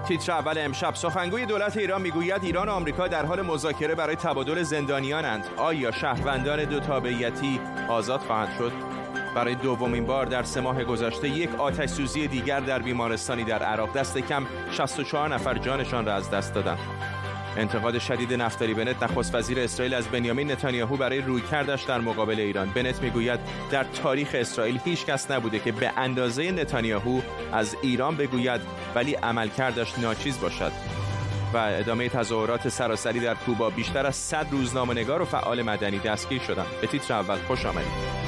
تیتر اول امشب: سخنگوی دولت ایران میگوید ایران و آمریکا در حال مذاکره برای تبادل زندانیانند. آیا شهروندان دو تابعیتی آزاد خواهند شد؟ برای دومین بار در 3 ماه گذشته یک آتش‌سوزی دیگر در بیمارستانی در عراق، دست کم 64 نفر جانشان را از دست دادند. انتقاد شدید نفتالی بنت، نخست وزیر اسرائیل، از بنیامین نتانیاهو برای رویکردش در مقابل ایران. بنت میگوید در تاریخ اسرائیل هیچ کس نبوده که به اندازه نتانیاهو از ایران بگوید ولی عملکردش ناچیز باشد. و ادامه تظاهرات سراسری در کوبا، بیشتر از 100 روزنامه‌نگار و فعال مدنی دستگیر شدند. به تیتر اول خوش آمدید.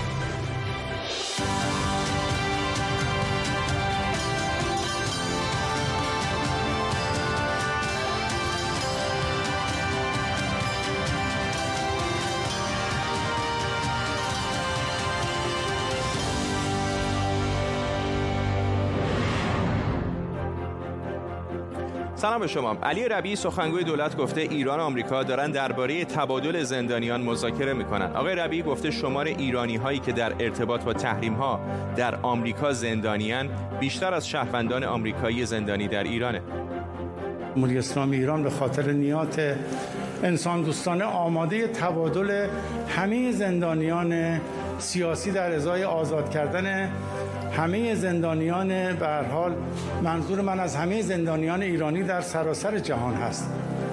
سلام به شما. علی ربیعی سخنگوی دولت گفته ایران و آمریکا دارن درباره تبادل زندانیان مذاکره میکنن. آقای ربیعی گفته شمار ایرانی هایی که در ارتباط با تحریم ها در آمریکا زندانیان بیشتر از شهروندان آمریکایی زندانی در ایرانه. جمهوری اسلامی ایران به خاطر نیات انسان دوستانه آماده تبادل همه زندانیان سیاسی در ازای آزاد کردن همه زندانیان، به هر حال منظور من از همه زندانیان ایرانی در سراسر جهان هست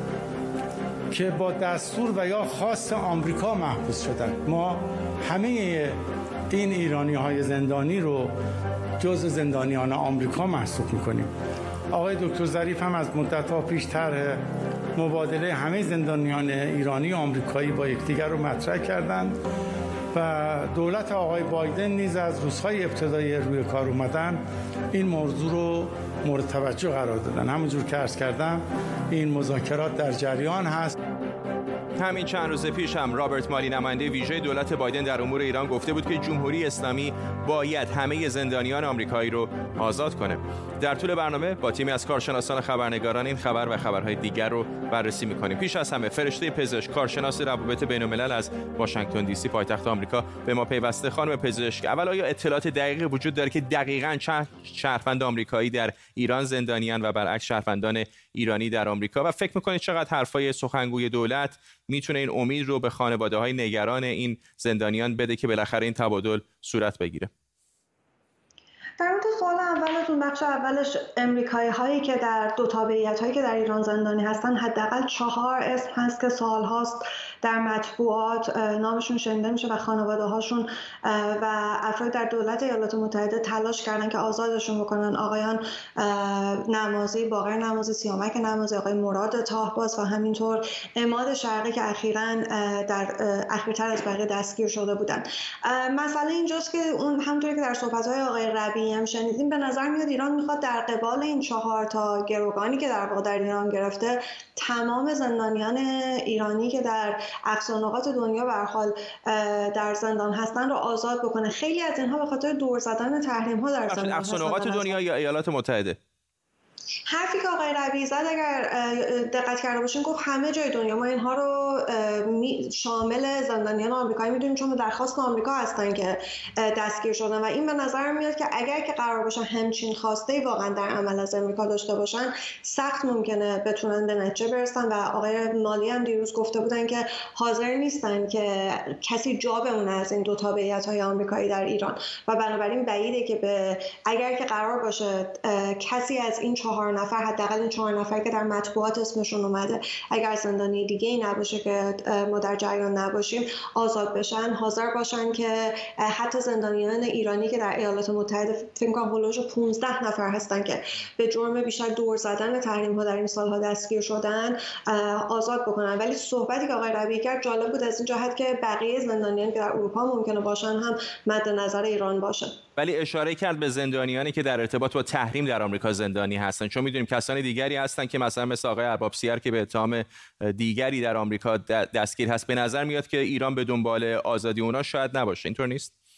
که با دستور و یا خواست آمریکا محبوس شدن. ما همه این ایرانی‌های زندانی رو جزء زندانیان آمریکا محسوب می‌کنیم. آقای دکتر ظریف هم از مدت‌ها پیش طرح مبادله همه زندانیان ایرانی و آمریکایی با یکدیگر رو مطرح کردند و دولت آقای بایدن نیز از روزهای ابتدایی روی کار اومدن این موضوع رو مورد توجه قرار دادن. همونجور که عرض کردم این مذاکرات در جریان هست. همین چند روز پیش هم رابرت مالی، نماینده ویژه دولت بایدن در امور ایران، گفته بود که جمهوری اسلامی باید همه زندانیان آمریکایی رو آزاد کنه. در طول برنامه با تیمی از کارشناسان خبرنگاران این خبر و خبرهای دیگر رو بررسی می‌کنیم. پیش از همه فرشته پزشک، کارشناس روابط بین‌الملل از واشنگتن دی سی پایتخت آمریکا به ما پیوسته. خانم پزشک، اول آیا اطلاعات دقیقی وجود داره که دقیقاً چند شهروند آمریکایی در ایران زندانیان و برعکس شهروندان ایرانی در آمریکا؟ و فکر می‌کنید چقدر حرفای سخنگوی دولت میتونه این امید رو به خانواده‌های نگران این زندانیان بده که بالاخره این تبادل صورت بگیره؟ در مورد سوال اولتون، بخش اولش امریکایی هایی که در دو تابعیت هایی که در ایران زندانی هستن، حداقل 4 اسم هست که سال هاست در مطبوعات نامشون شنیده میشه و خانواده هاشون و افراد در دولت ایالات متحده تلاش کردن که آزادشون بکنن. آقایان نمازی، باقر نمازی، سیامک نمازی، آقای مراد تاهباز و همینطور عماد شرقی که اخیرتر از بقیه دستگیر شده بودن. مسئله اینجاست که اون همونطوری که در صحبت‌های آقای ربیعی هم شنیدیم، به نظر میاد ایران میخواد در قبال این 4 تا گروگانی که در واقع در ایران گرفته، تمام زندانیان ایرانی که در اقصا نقاط دنیا به هر حال در زندان هستن رو آزاد بکنه. خیلی از اینها به خاطر دور زدن تحریم ها در زندان هستن. اقصا نقاط دنیا یا ایالات متحده؟ حرفی که آقای ربیعی زد، اگر دقت کرده باشین، گفت همه جای دنیا. ما اینها رو شامل زندانیان آمریکایی میدونیم چون درخواست آمریکا هستن که دستگیر شدن و این به نظر میاد که اگر که قرار باشه همچین خواسته واقعا در عمل از آمریکا داشته باشن، سخت ممکنه بتونن به نتیجه برسن و آقای مالی هم دیروز گفته بودن که حاضر نیستن که کسی جا بمونه از این دو تابعیت‌های آمریکایی در ایران و بنابراین بعیده که اگر که قرار باشه کسی از این 4 نفر، حداقل این 4 نفر که در مطبوعات اسمشون اومده، اگر زندانی دیگه ای نباشه که ما در جریان نباشیم، آزاد بشن، حاضر باشن که حتی زندانیان ایرانی که در ایالات متحده فکر کنم هولوش 15 نفر هستن که به جرم بیشتر دور زدن تحریم ها در این سالها دستگیر شدن، آزاد بکنن. ولی صحبتی که آقای ربیعی کرد جالب بود از این جهت که بقیه زندانیان که در اروپا ممکنه باشن هم مد نظر ایران باشن. ولی اشاره کرد به زندانیانی که در ارتباط با تحریم در آمریکا زندانی هستن، چون میدونیم کسان دیگری هستن که مثل آقای ارباب سیار که به اتهام دیگری در آمریکا دستگیر هست. به نظر میاد که ایران به دنبال آزادی اونا شاید نباشه. اینطور نیست؟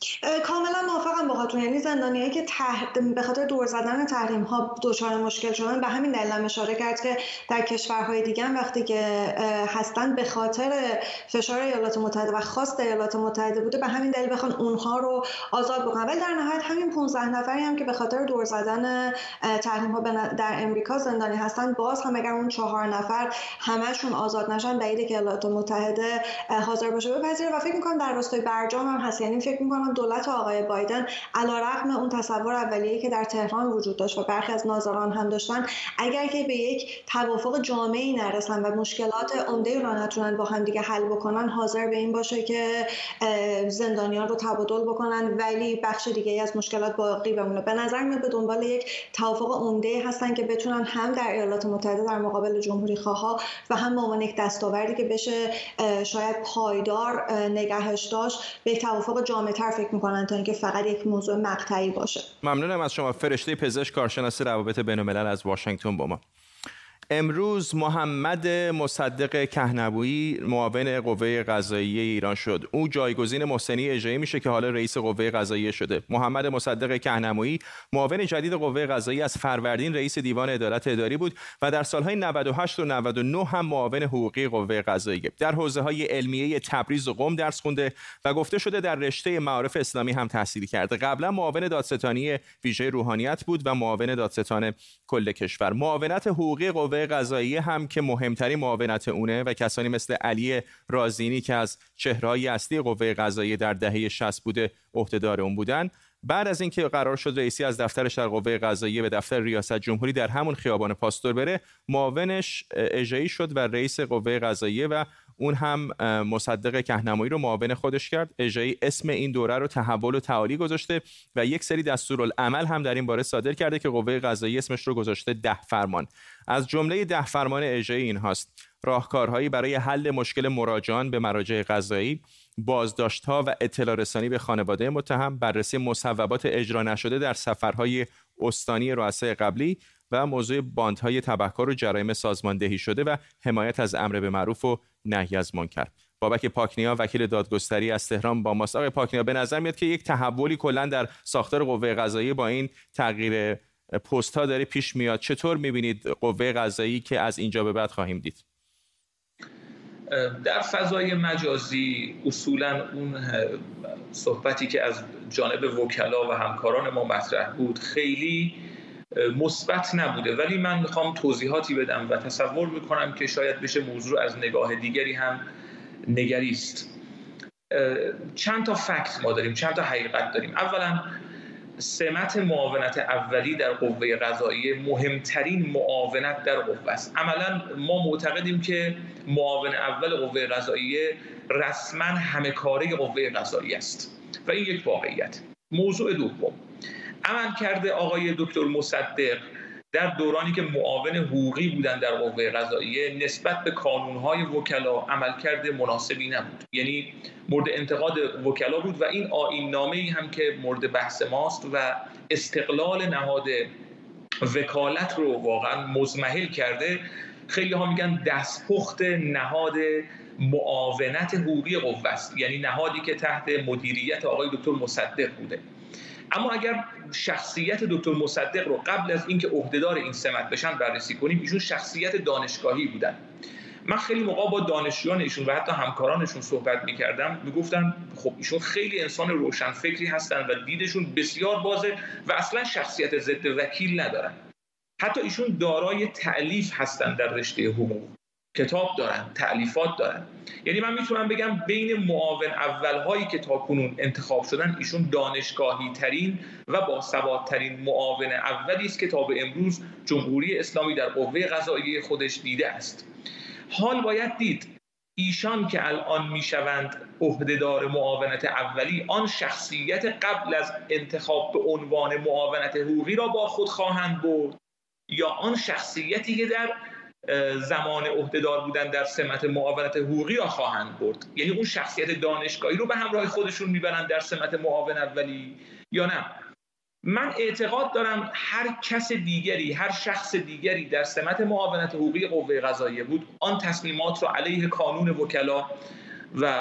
کاملا موافقم باهاتون. یعنی زندانیایی که به خاطر دور زدن تحریم ها دچار مشکل شدن، به همین دلیل اشاره کرد که در کشورهای دیگه هم وقتی که هستن به خاطر فشار ایالات متحده و خواست ایالات متحده بوده، به همین دلیل بخوان اونها رو آزاد بکنن. ولی در نهایت همین 15 نفری هم که به خاطر دور زدن تحریم ها در امریکا زندانی هستن، باز هم اگر اون 4 نفر همشون آزاد نشن، بعیده که ایالات متحده حاضر باشه بپذیره. و فکر می‌کنم در راستای برجام هم هست. یعنی فکر می‌کنم دولت آقای بایدن علیرغم اون تصور اولیه‌ای که در تهران وجود داشت و برخی از ناظران هم داشتن، اگر که به یک توافق جامعی نرسن و مشکلات عمده رو نتونن با هم دیگه حل بکنن، حاضر به این باشه که زندانیان رو تبادل بکنن ولی بخش دیگه‌ای از مشکلات باقی بمونه. به نظر میاد به دنبال یک توافق عمده هستن که بتونن هم در ایالات متحده در مقابل جمهوری خواها و هم به عنوان یک دستاوردی که بشه شاید پایدار نگهش داشت، به یک توافق جامع‌تر فکر می‌کنن تا اینکه فقط یک موضوع مقطعی باشه. ممنونم از شما. فرشته پزشک، کارشناس روابط بین‌الملل از واشنگتن با ما. امروز محمد مصدق کهنبویی معاون قوه قضاییه ایران شد. او جایگزین محسنی اژه‌ای میشه که حالا رئیس قوه قضاییه شده. محمد مصدق کهنبویی معاون جدید قوه قضاییه از فروردین رئیس دیوان عدالت اداری بود و در سالهای 98 و 99 هم معاون حقوقی قوه قضاییه. در حوزه‌های علمیه تبریز و قم درس خونده و گفته شده در رشته معارف اسلامی هم تحصیل کرده. قبلا معاون دادستانی ویژه روحانیت بود و معاون دادستان کل کشور. معاونت حقوقی قوه قضاییه هم که مهمترین معاونت اونه و کسانی مثل علی رازینی که از چهره‌های اصلی قوه قضاییه در دهه 60 بوده عهدهدار اون بودن، بعد از اینکه قرار شد رئیسی از دفترش در قوه قضاییه به دفتر ریاست جمهوری در همون خیابان پاستور بره، معاونش اژه‌ای شد و رئیس قوه قضاییه و اون هم مصدق کهنمویی رو معاون خودش کرد. اژه‌ای اسم این دوره رو تحول و تعالی گذاشته و یک سری دستورالعمل هم در این باره صادر کرده که قوه قضاییه اسمش رو گذاشته 10 فرمان. از جمله 10 فرمان اژه‌ای این هاست: راهکارهایی برای حل مشکل مراجعان به مراجع قضایی، بازداشت‌ها و اطلاع رسانی به خانواده متهم، بررسی مصوبات اجرا نشده در سفرهای استانی رؤسای قبلی و موضوع باندهای تبهکار و جرایم سازماندهی شده و حمایت از امر به معروف و نهی از منکر. بابک پاکنیا وکیل دادگستری از تهران با ماست. آقای پاکنیا، به نظر میاد که یک تحولی کلا در ساختار قوه قضاییه با این تغییر پست ها داره پیش میاد. چطور میبینید قوه قضاییه که از اینجا به بعد خواهیم دید؟ در فضای مجازی اصولا اون صحبتی که از جانب وکلا و همکاران ما مطرح بود خیلی مثبت نبوده، ولی من میخوام توضیحاتی بدم و تصور میکنم که شاید بشه موضوع از نگاه دیگری هم نگریست. چند تا فکت ما داریم، چند تا حقیقت داریم. اولا سمت معاونت اولی در قوه قضاییه مهمترین معاونت در قوه است. عملا ما معتقدیم که معاون اول قوه قضاییه رسما همه کاره قوه قضاییه است و این یک واقعیت. موضوع دوم، عملکرد آقای دکتر مصدق در دورانی که معاون حقوقی بودن در قوه قضاییه نسبت به کانونهای وکلا عملکرد مناسبی نبود، یعنی مورد انتقاد وکلا بود و این آیین نامه‌ای هم که مورد بحث ماست و استقلال نهاد وکالت رو واقعا مضمحل کرده. خیلی ها میگن دستپخت نهاد معاونت حقوقی قوه است، یعنی نهادی که تحت مدیریت آقای دکتر مصدق بوده. اما اگر شخصیت دکتر مصدق رو قبل از اینکه عهدهدار این سمت بشن بررسی کنیم، ایشون شخصیت دانشگاهی بودن. من خیلی موقع با دانشجویان ایشون و حتی همکارانشون صحبت می‌کردم، میگفتن خب ایشون خیلی انسان روشنفکری هستن و دیدشون بسیار بازه و اصلا شخصیت ضد وکیل ندارن. حتی ایشون دارای تألیف هستن در رشته حقوق، کتاب دارن، تألیفات دارن. یعنی من میتونم بگم بین معاون اولهایی که تاکنون انتخاب شدن ایشون دانشگاهی ترین و باسوادترین معاون اولی است که تا به امروز جمهوری اسلامی در قوه قضاییه خودش دیده است. حال باید دید ایشان که الان میشوند عهدهدار معاونت اولی، آن شخصیت قبل از انتخاب به عنوان معاونت حقوقی را با خود خواهند برد یا آن شخصیتی که در زمان عهدهدار بودن در سمت معاونت حقوقی را خواهند برد، یعنی اون شخصیت دانشگاهی رو به همراه خودشون میبرن در سمت معاون اولی یا نه. من اعتقاد دارم هر کس دیگری، هر شخص دیگری در سمت معاونت حقوقی قوه قضاییه بود، آن تصمیمات رو علیه کانون وکلا و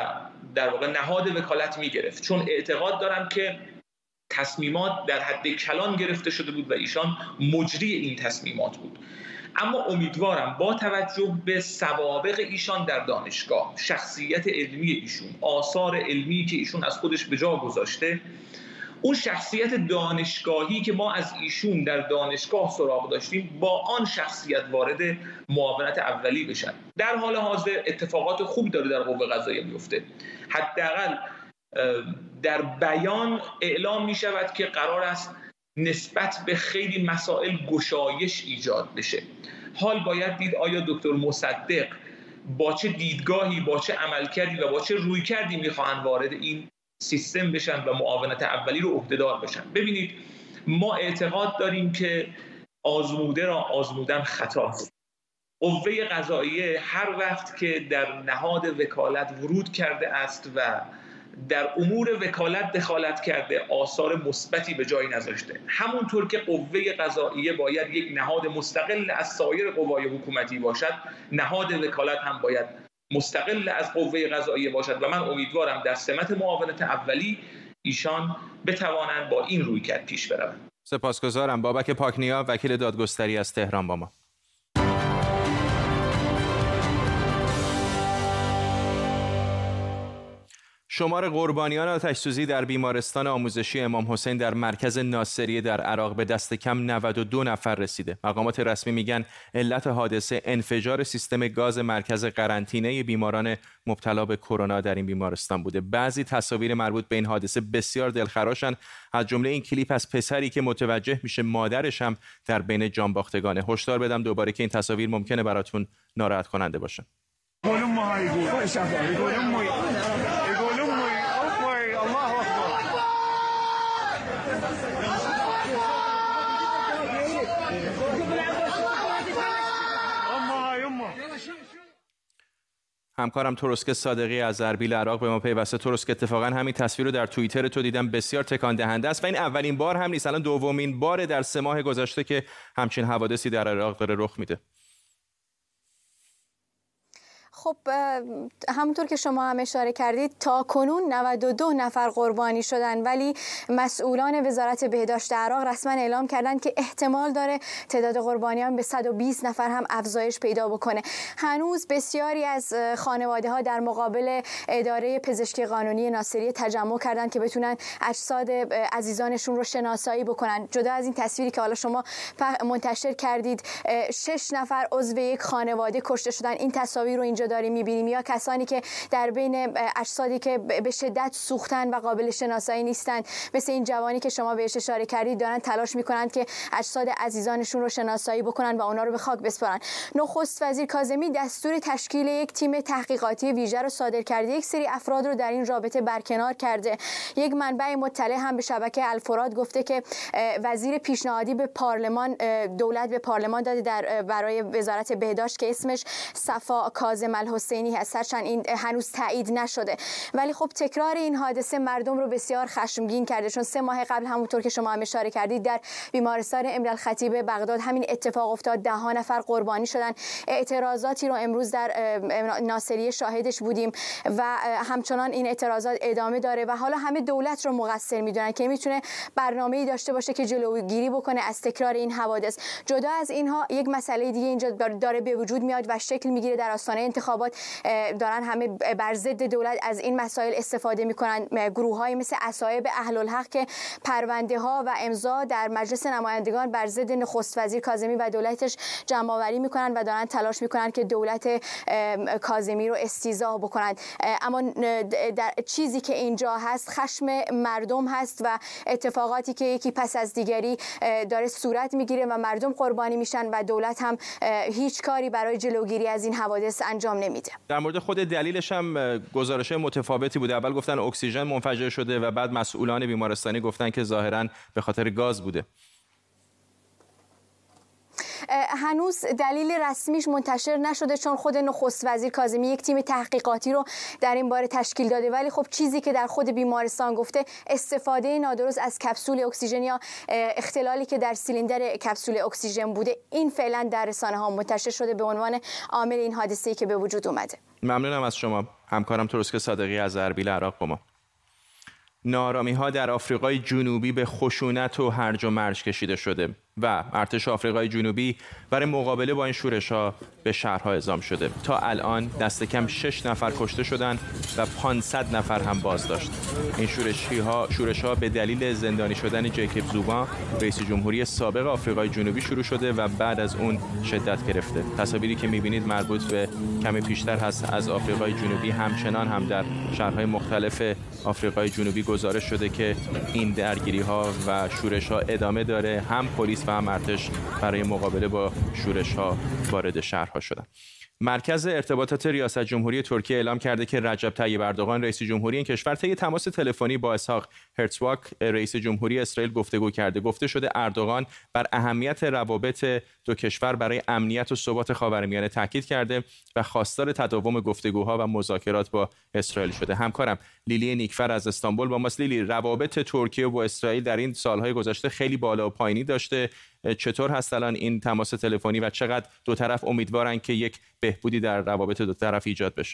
در واقع نهاد وکالت میگرفت، چون اعتقاد دارم که تصمیمات در حد کلان گرفته شده بود و ایشان مجری این تصمیمات بود. اما امیدوارم با توجه به سوابق ایشان در دانشگاه، شخصیت علمی ایشون، آثار علمی که ایشون از خودش به جا گذاشته، اون شخصیت دانشگاهی که ما از ایشون در دانشگاه سراغ داشتیم با آن شخصیت وارد معاونت اولی بشن. در حال حاضر اتفاقات خوب داره در قوه قضاییه میفته. حداقل در بیان اعلام می شود که قرار است نسبت به خیلی مسائل گشایش ایجاد بشه. حال باید دید آیا دکتر مصدق با چه دیدگاهی، با چه عملکردی و با چه رویکردی میخواهند وارد این سیستم بشن و معاونت اولی رو عهدهدار بشن. ببینید ما اعتقاد داریم که آزموده را آزمودن خطاست. قوه قضاییه هر وقت که در نهاد وکالت ورود کرده است و در امور وکالت دخالت کرده، آثار مثبتی به جایی نذاشته. همونطور که قوه قضاییه باید یک نهاد مستقل از سایر قوای حکومتی باشد، نهاد وکالت هم باید مستقل از قوه قضاییه باشد و من امیدوارم در سمت معاونت اولی ایشان بتوانند با این رویکرد پیش بروند. سپاسگزارم. بابک پاکنیا، وکیل دادگستری از تهران با ما. شمار قربانیان آتش‌سوزی در بیمارستان آموزشی امام حسین در مرکز ناصریه در عراق به دست کم 92 نفر رسیده. مقامات رسمی میگن علت حادثه انفجار سیستم گاز مرکز قرنطینه بیماران مبتلا به کرونا در این بیمارستان بوده. بعضی تصاویر مربوط به این حادثه بسیار دلخراشن، از جمله این کلیپ از پسری که متوجه میشه مادرش هم در بین جانباختگانه. هشدار بدم دوباره که این تصاویر ممکنه براتون ناراحت کننده باشه. همکارم تروسک صادقی از اربیل عراق به ما پیوسته. تروسک، اتفاقا همین تصویر رو در توییتر تو دیدم، بسیار تکان دهنده است و این اولین بار هم نیست، الان دومین بار در 3 ماه گذشته که همچین حوادثی در عراق داره رخ میده. خب همونطور که شما هم اشاره کردید تا کنون 92 نفر قربانی شدن، ولی مسئولان وزارت بهداشت عراق رسما اعلام کردند که احتمال داره تعداد قربانیان به 120 نفر هم افزایش پیدا بکنه. هنوز بسیاری از خانواده ها در مقابل اداره پزشکی قانونی ناصریه تجمع کردن که بتونن اجساد عزیزانشون رو شناسایی بکنن. جدا از این تصویری که حالا شما منتشر کردید 6 نفر عضو یک خانواده کشته شدن، این تصاویر رو اینجا داریم می‌بینیم، یا کسانی که در بین اجسادی که به شدت سوختن و قابل شناسایی نیستند، مثل این جوانی که شما بهش اشاره کردید، دارن تلاش می‌کنند که اجساد عزیزانشون رو شناسایی بکنن و اونا رو به خاک بسپارن. نخست وزیر کاظمی دستور تشکیل یک تیم تحقیقاتی ویژه رو صادر کرده، یک سری افراد رو در این رابطه برکنار کرده. یک منبع مطلع هم به شبکه الفرات گفته که وزیر پیشنهادی به پارلمان، دولت به پارلمان داده برای وزارت بهداشت که اسمش صفا کاظم الحسینی هست، هرچند این هنوز تایید نشده. ولی خب تکرار این حادثه مردم رو بسیار خشمگین کرده، چون 3 ماه قبل همونطور که شما هم اشاره کردید در بیمارستان امیرالخطیب بغداد همین اتفاق افتاد، 10 نفر قربانی شدن. اعتراضاتی رو امروز در ناصریه شاهدش بودیم و همچنان این اعتراضات ادامه داره و حالا همه دولت رو مقصر میدونن که میتونه برنامه‌ای داشته باشه که جلوگیری بکنه از تکرار این حوادث. جدا از اینها یک مسئله دیگه اینجا داره به وجود میاد و شکل میگیره. در آستانه انتخابات دارن همه بر ضد دولت از این مسائل استفاده میکنن. گروه‌های مثل اصایب اهل الحق که پرونده ها و امضا در مجلس نمایندگان بر ضد نخست وزیر کاظمی و دولتش جمع آوری میکنن و دارن تلاش میکنن که دولت کاظمی رو استیضاح بکنن. اما در چیزی که اینجا هست خشم مردم هست و اتفاقاتی که یکی پس از دیگری داره صورت میگیره و مردم قربانی میشن و دولت هم هیچ کاری برای جلوگیری از این حوادث انجام نمیده. در مورد خود دلیلش هم گزارش متفاوتی بوده. اول گفتن اکسیژن منفجر شده و بعد مسئولان بیمارستانی گفتن که ظاهراً به خاطر گاز بوده. هنوز دلیل رسمیش منتشر نشده، چون خود نخست وزیر کاظمی یک تیم تحقیقاتی رو در این باره تشکیل داده، ولی خب چیزی که در خود بیمارستان گفته استفاده نادرست از کپسول اکسیژن یا اختلالی که در سیلندر کپسول اکسیژن بوده، این فعلا در رسانه‌ها منتشر شده به عنوان عامل این حادثه‌ای که به وجود اومده. ممنونم از شما همکارم تروسک صادقی از اربیل عراق با ما. ناآرامی‌ها در آفریقای جنوبی به خشونت و هرج و مرج کشیده شده و ارتش آفریقای جنوبی برای مقابله با این شورش‌ها به شهرها اعزام شده. تا الان دست کم 6 نفر کشته شدند و 500 نفر هم بازداشت. این شورش‌ها به دلیل زندانی شدن جیکوب زوما، رئیس جمهوری سابق آفریقای جنوبی شروع شده و بعد از اون شدت گرفته. تصاویری که می‌بینید مربوط به کمی پیشتر هست از آفریقای جنوبی. همچنان هم در شهرهای مختلف آفریقای جنوبی گزارش شده که این درگیری‌ها و شورش‌ها ادامه داره. هم پلیس و هم ارتش برای مقابله با شورش‌ها وارد شهرها شدند. مرکز ارتباطات ریاست جمهوری ترکیه اعلام کرده که رجب طیب اردوغان رئیس جمهوری این کشور طی تماس تلفنی با اسحاق هرتزوگ رئیس جمهوری اسرائیل گفتگو کرده. گفته شده اردوغان بر اهمیت روابط دو کشور برای امنیت و ثبات خاورمیانه تاکید کرده و خواستار تداوم گفتگوها و مذاکرات با اسرائیل شده. همکارم لیلی نیکفر از استانبول با ماست. لیلی، روابط ترکیه و اسرائیل در این سالهای گذشته خیلی بالا و پایینی داشته. چطور هست الان این تماس تلفنی و چقدر دو طرف امیدوارن که یک بهبودی در روابط دو طرف ایجاد بشه؟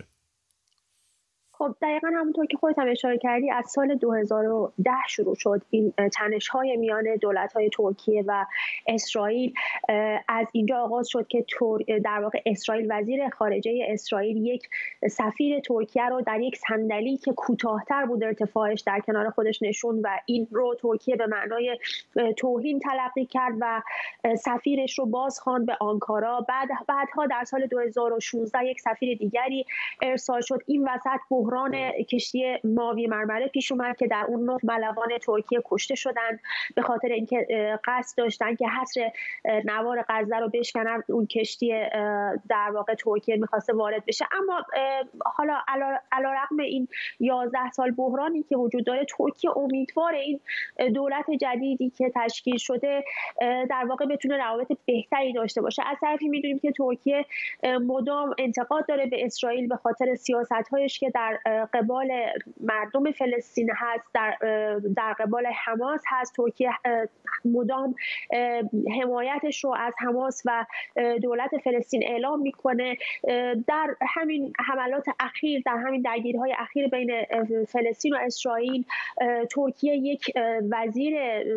خب دقیقاً همونطور که خودت هم اشاره کردی، از سال 2010 شروع شد این تنش‌های میان دولت‌های ترکیه و اسرائیل. از اینجا آغاز شد که در واقع اسرائیل، وزیر خارجه اسرائیل، یک سفیر ترکیه رو در یک صندلی که کوتاه‌تر بود ارتفاعش در کنار خودش نشون و این رو ترکیه به معنای توهین تلقی کرد و سفیرش رو بازخواند به آنکارا. بعدها در سال 2016 یک سفیر دیگری ارسال شد. این وسط بحران کشتی ماوی مرمره پیش اومد که در اون 9 ملوان ترکیه کشته شدند به خاطر اینکه قصد داشتن که حصر نوار غزه رو بشکنن. اون کشتی در واقع ترکیه می‌خواسته وارد بشه. اما حالا علیرغم این 11 سال بحرانی که وجود داره، ترکیه امیدوار این دولت جدیدی که تشکیل شده در واقع بتونه روابط بهتری داشته باشه. از طرفی می‌دونیم که ترکیه مدام انتقاد داره به اسرائیل به خاطر سیاست‌هایش که در قبال مردم فلسطین هست، در قبال حماس هست. ترکیه مدام حمایتش رو از حماس و دولت فلسطین اعلام میکنه. در همین حملات اخیر، در همین درگیری‌های اخیر بین فلسطین و اسرائیل، ترکیه یک وزیر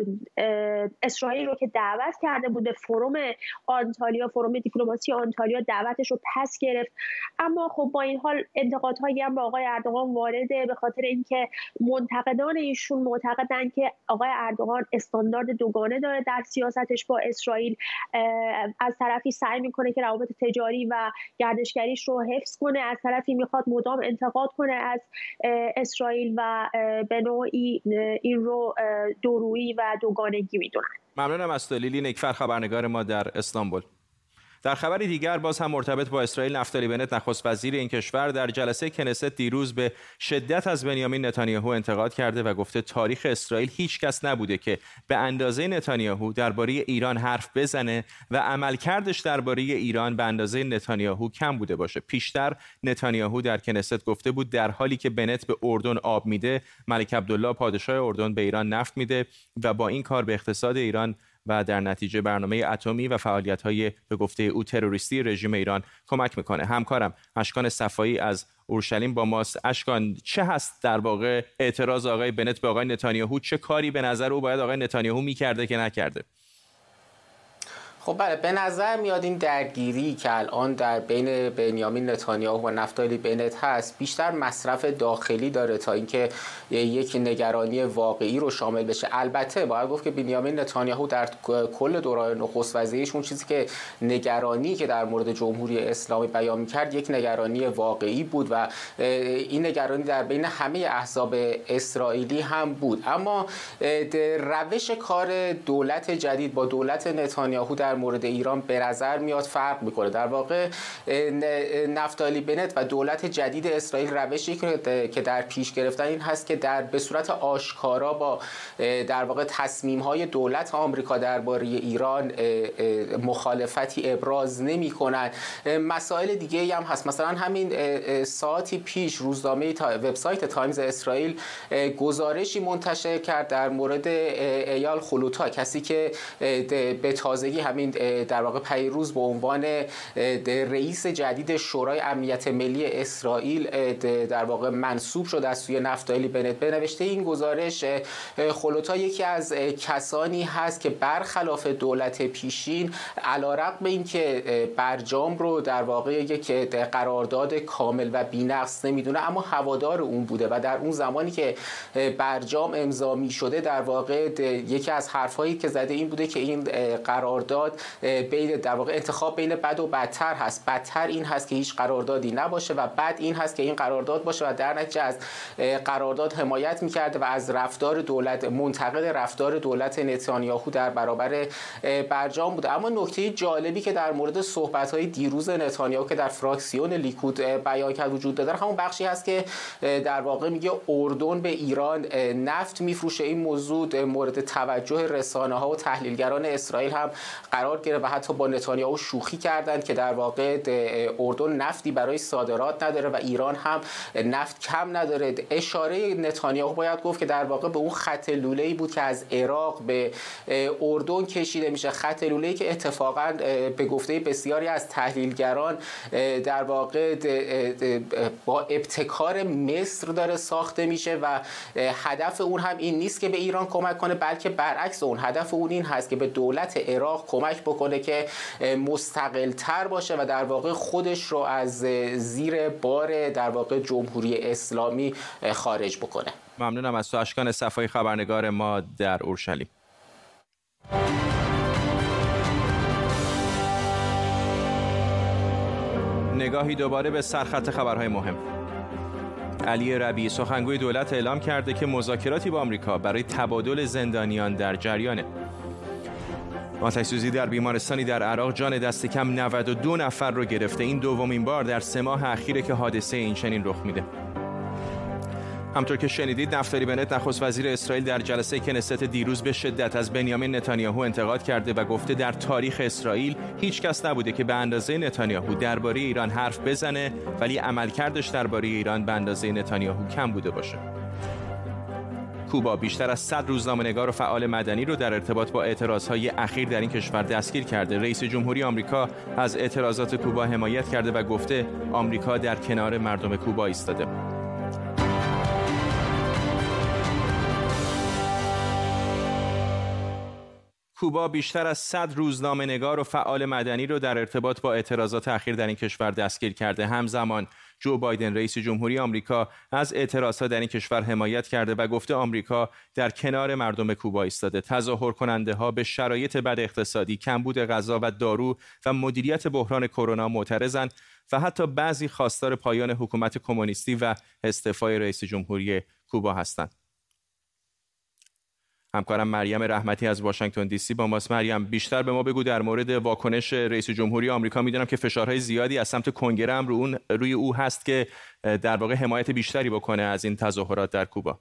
اسرائیل رو که دعوت کرده بود به فروم آنتالیا، فروم دیپلماسی آنتالیا، دعوتش رو پس گرفت. اما خب با این حال انتقادهایی هم به آقای اردوغان وارده به خاطر اینکه منتقدان ایشون معتقدن که آقای اردوغان استاندارد دوگانه داره در سیاستش با اسرائیل. از طرفی سعی میکنه که روابط تجاری و گردشگریش رو حفظ کنه، از طرفی میخواد مدام انتقاد کنه از اسرائیل و به نوعی این رو دورویی و دوگانگی میدونن. ممنونم از تو لیلی نیکفر، خبرنگار ما در استانبول. در خبری دیگر باز هم مرتبط با اسرائیل، نفتالی بنت نخست وزیر این کشور در جلسه کنست دیروز به شدت از بنیامین نتانیاهو انتقاد کرده و گفته تاریخ اسرائیل هیچ کس نبوده که به اندازه نتانیاهو درباره ایران حرف بزنه و عملکردش درباره ایران به اندازه نتانیاهو کم بوده باشه. پیشتر نتانیاهو در کنست گفته بود در حالی که بنت به اردن آب میده، ملک عبدالله پادشاه اردن به ایران نفت میده و با این کار به اقتصاد ایران و در نتیجه برنامه اتمی و فعالیت‌های به گفته او تروریستی رژیم ایران کمک میکنه. همکارم اشکان صفایی از اورشلیم با ماست. اشکان، چه هست در واقع اعتراض آقای بنت به آقای نتانیاهو؟ چه کاری به نظر او باید آقای نتانیاهو میکرده که نکرده؟ خب بله، به نظر میاد این درگیری که الان در بین بنیامین نتانیاهو و نفتالی بنت هست بیشتر مصرف داخلی داره تا اینکه یک نگرانی واقعی رو شامل بشه. البته باید گفت که بنیامین نتانیاهو در کل دوران نخست وزیریش اون چیزی که نگرانی که در مورد جمهوری اسلامی بیان می‌کرد یک نگرانی واقعی بود و این نگرانی در بین همه احزاب اسرائیلی هم بود. اما روش کار دولت جدید با دولت نتانیاهو در در مورد ایران به نظر میاد فرق میکنه. در واقع نفتالی بنت و دولت جدید اسرائیل روشی که در پیش گرفتن این هست که به صورت آشکارا با در واقع تصمیم‌های دولت آمریکا درباره ایران مخالفتی ابراز نمی‌کنند. مسائل دیگه‌ای هم هست. مثلا همین ساعتی پیش روزنامه وبسایت تایمز اسرائیل گزارشی منتشر کرد در مورد ایال خلوتا، کسی که به تازگی همین در واقع پیروز به عنوان رئیس جدید شورای امنیت ملی اسرائیل در واقع منصوب شد از سوی نفتالی بنت. به نوشته این گزارش خلوتا یکی از کسانی هست که برخلاف دولت پیشین علیرغم اینکه برجام رو در واقع یک قرارداد کامل و بی‌نقص نمیدونه، اما هوادار اون بوده و در اون زمانی که برجام امضا می‌شده در واقع یکی از حرفایی که زده این بوده که این قرارداد بین در واقع انتخاب بین بد و بدتر هست. بدتر این هست که هیچ قراردادی نباشه و بد این هست که این قرارداد باشه و در نتیجه از قرارداد حمایت می‌کرده و از رفتار دولت منتقد رفتار دولت نتانیاهو در برابر برجام بوده. اما نکته جالبی که در مورد صحبت‌های دیروز نتانیاهو که در فراکسیون لیکود بیان کرد وجود داره، همون بخشی هست که در واقع میگه اردن به ایران نفت میفروشه. این موضوع مورد توجه رسانه‌ها و تحلیلگران اسرائیل هم قرار گرفت و حتی با نتانیاهو شوخی کردند که در واقع اردن نفتی برای صادرات نداره و ایران هم نفت کم نداره. اشاره نتانیاهو باید گفت که در واقع به اون خط لوله‌ای بود که از عراق به اردن کشیده میشه، خط لوله‌ای که اتفاقا به گفته بسیاری از تحلیلگران در واقع با ابتکار مصر داره ساخته میشه و هدف اون هم این نیست که به ایران کمک کنه، بلکه برعکس اون هدف اون این هست که به دولت عراق کمک بکنه که مستقل تر باشه و در واقع خودش رو از زیر بار در واقع جمهوری اسلامی خارج بکنه. ممنونم از تو اشکان صفایی، خبرنگار ما در اورشلیم. نگاهی دوباره به سرخط خبرهای مهم. علی ربیعی سخنگوی دولت اعلام کرده که مذاکراتی با آمریکا برای تبادل زندانیان در جریانه. آتش‌سوزی در بیمارستانی در عراق جان دست کم 92 نفر رو گرفته. این دومین بار در 3 ماه اخیره که حادثه این چنین رخ میده. همطور که شنیدید، نفتالی بنت نخست وزیر اسرائیل در جلسه کنست دیروز به شدت از بنیامین نتانیاهو انتقاد کرده و گفته در تاریخ اسرائیل هیچ کس نبوده که به اندازه نتانیاهو درباره ایران حرف بزنه ولی عملکردش درباره ایران به اندازه نتانیاهو کم بوده باشه. کوبا بیشتر از 100 روزنامه‌نگار و فعال مدنی رو در ارتباط با اعتراضهای اخیر در این کشور دستگیر کرده. رئیس جمهوری آمریکا از اعتراضات کوبا حمایت کرده و گفته آمریکا در کنار مردم کوبا ایستاده. کوبا بیشتر از 100 روزنامه‌نگار و فعال مدنی رو در ارتباط با اعتراضات اخیر در این کشور دستگیر کرده. همزمان جو بایدن رئیس جمهوری آمریکا از اعتراضات در این کشور حمایت کرده و گفته آمریکا در کنار مردم کوبا ایستاده. تظاهر کننده ها به شرایط بد اقتصادی، کمبود غذا و دارو و مدیریت بحران کرونا معترضند و حتی بعضی خواستار پایان حکومت کمونیستی و استعفای رئیس جمهوری کوبا هستند. همکارم مریم رحمتی از واشنگتن دی سی با ماست. مریم، بیشتر به ما بگو در مورد واکنش رئیس جمهوری آمریکا. میدونم که فشارهای زیادی از سمت کنگره هم روی او هست که در واقع حمایت بیشتری بکنه از این تظاهرات در کوبا.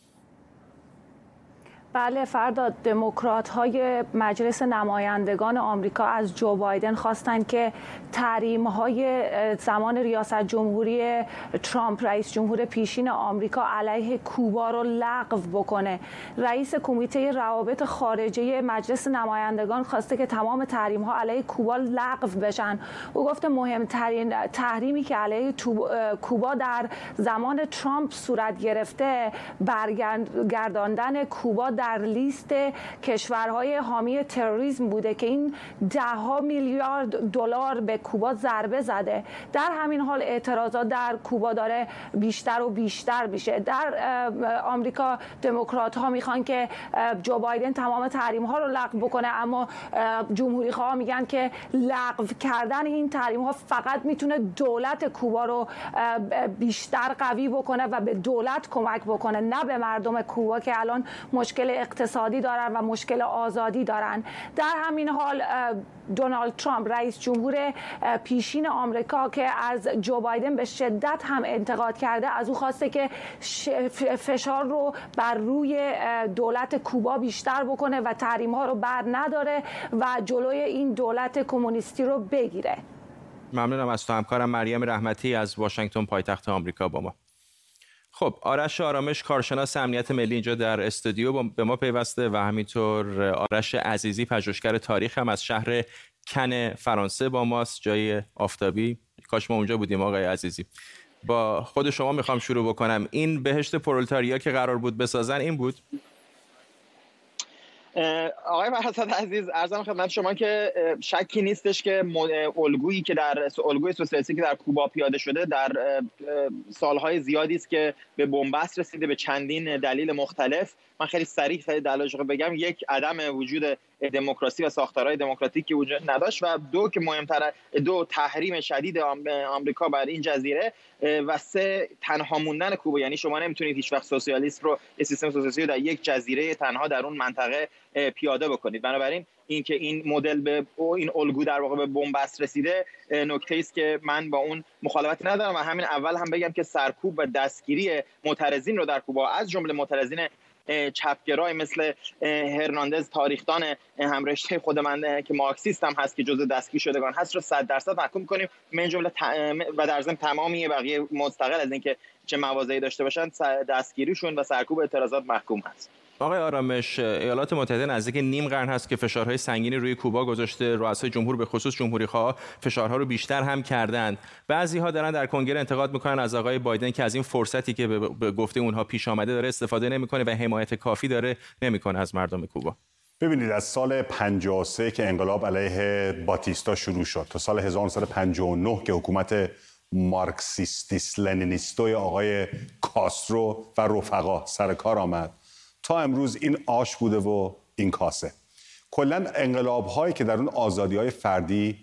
بله فرداد، دموکرات‌های مجلس نمایندگان آمریکا از جو بایدن خواستند که تحریم‌های زمان ریاست جمهوری ترامپ رئیس جمهور پیشین آمریکا علیه کوبا رو لغو بکنه. رئیس کمیته روابط خارجه مجلس نمایندگان خواسته که تمام تحریم‌ها علیه کوبا لغو بشن. او گفته مهمترین تحریمی که علیه کوبا در زمان ترامپ صورت گرفته برگرداندن کوبا در لیست کشورهای حامی تروریسم بوده که این $10 میلیارد به کوبا ضربه زده. در همین حال اعتراضات در کوبا داره بیشتر و بیشتر میشه. در آمریکا دموکرات ها میخوان که جو بایدن تمام تحریم ها رو لغو بکنه، اما جمهوری خواه میگن که لغو کردن این تحریم ها فقط میتونه دولت کوبا رو بیشتر قوی بکنه و به دولت کمک بکنه، نه به مردم کوبا که الان مشکل اقتصادی دارن و مشکل آزادی دارن. در همین حال دونالد ترامپ رئیس جمهور پیشین آمریکا که از جو بایدن به شدت هم انتقاد کرده، از او خواسته که فشار رو بر روی دولت کوبا بیشتر بکنه و تحریم ها رو بر نداره و جلوی این دولت کمونیستی رو بگیره. ممنونم از تو همکارم مریم رحمتی از واشنگتن پایتخت آمریکا با ما. خب آرش آرامش کارشناس امنیت ملی اینجا در استودیو به ما پیوسته و همینطور آرش عزیزی پژوهشگر تاریخ هم از شهر کن فرانسه با ماست، جای آفتابی. کاش ما اونجا بودیم آقای عزیزی. با خود شما میخوام شروع بکنم. این بهشت پرولتاریا که قرار بود بسازن این بود؟ آقای فرهاد عزیز، عرضم خدمت شما که شکی نیستش که الگویی سوسیالیستی که در کوبا پیاده شده در سالهای زیادی است که به بنبست رسیده به چندین دلیل مختلف. من خیلی سریع دلایلش رو بگم. یک، عدم وجود دموکراسی و ساختارهای دموکراتیکی وجود نداشت و دو تحریم شدید آمریکا بر این جزیره و سه تنها موندن کوبا. یعنی شما نمیتونید هیچ وقت سوسیالیسم رو، سیستم سوسیالیستی رو در یک جزیره تنها در اون منطقه پیاده بکنید. بنابراین اینکه این مدل به این الگو در واقع به بنبست رسیده نکته است که من با اون مخالفتی ندارم و همین اول هم بگم که سرکوب و دستگیری معترضین رو در کوبا، از جمله معترضین چپگرای مثل هرناندز، تاریخدان همرشته خود من که مارکسیست هم هست که جزء دستگیر شدگان هست، رو 100% محکوم کنیم. من جمله و در ضمن تمامی بقیه مستقل از اینکه چه مواضعی داشته باشن دستگیریشون و سرکوب اعتراضات محکوم هست. آقای آرامش، ایالات متحده نزدیک نیم قرن هست که فشارهای سنگینی روی کوبا گذاشته. رؤسای جمهور به خصوص جمهوری‌خواه فشارها رو بیشتر هم کردند. بعضی‌ها دارن در کنگره انتقاد میکنن از آقای بایدن که از این فرصتی که به گفته اونها پیش آمده داره استفاده نمیکنه و حمایت کافی داره نمیکنه از مردم کوبا. ببینید، از سال 53 که انقلاب علیه باتیستا شروع شد تا سال 1959 که حکومت مارکسیستیس لنینیستوی آقای کاسترو و رفقا سر کار آمد، تا امروز این آش بوده و این کاسه. کلا انقلاب‌هایی که در اون آزادی‌های فردی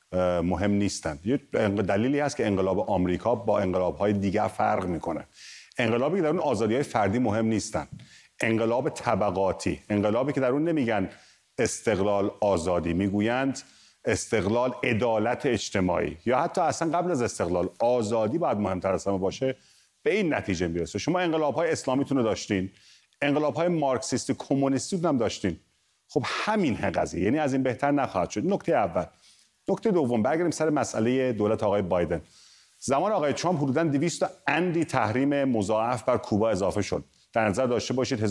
مهم نیستند. یه دلیلی هست که انقلاب آمریکا با انقلاب‌های دیگر فرق می‌کنه. انقلابی که در اون آزادی‌های فردی مهم نیستند. انقلاب طبقاتی، انقلابی که در اون نمیگن استقلال آزادی، میگویند استقلال عدالت اجتماعی، یا حتی اصلا قبل از استقلال آزادی باید مهمتر از همه باشه، به این نتیجه میرسه. شما انقلاب‌های اسلامیتون رو داشتین، انقلاب‌های مارکسیستی کمونیستی هم داشتین. خب همین قضیه، یعنی از این بهتر نخواهد شد. نکته اول. نکته دوم، برگردیم سر مسئله دولت آقای بایدن. زمان آقای ترامپ حدوداً 200 اندی تحریم مضاعف بر کوبا اضافه شد. در نظر داشته باشید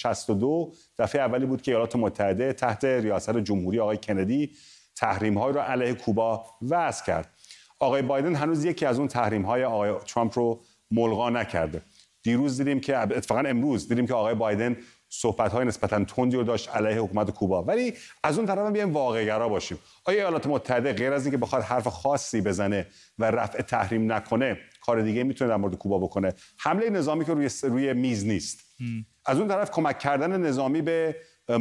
1962 دفعه اولی بود که ایالات متحده تحت ریاست جمهوری آقای کندی تحریم‌های رو علیه کوبا وضع کرد. آقای بایدن هنوز یکی از اون تحریم‌های آقای ترامپ رو ملغا نکرده. دیروز دیدیم که اتفاقا امروز دیدیم که آقای بایدن صحبت‌های نسبتاً تندی رو داشت علیه حکومت کوبا. ولی از اون طرف هم بیایم واقع‌گرا باشیم. آیا ایالات متحده غیر از اینکه بخواد حرف خاصی بزنه و رفع تحریم نکنه، کار دیگه میتونه در مورد کوبا بکنه؟ حمله نظامی که روی میز نیست. از اون طرف کمک کردن نظامی به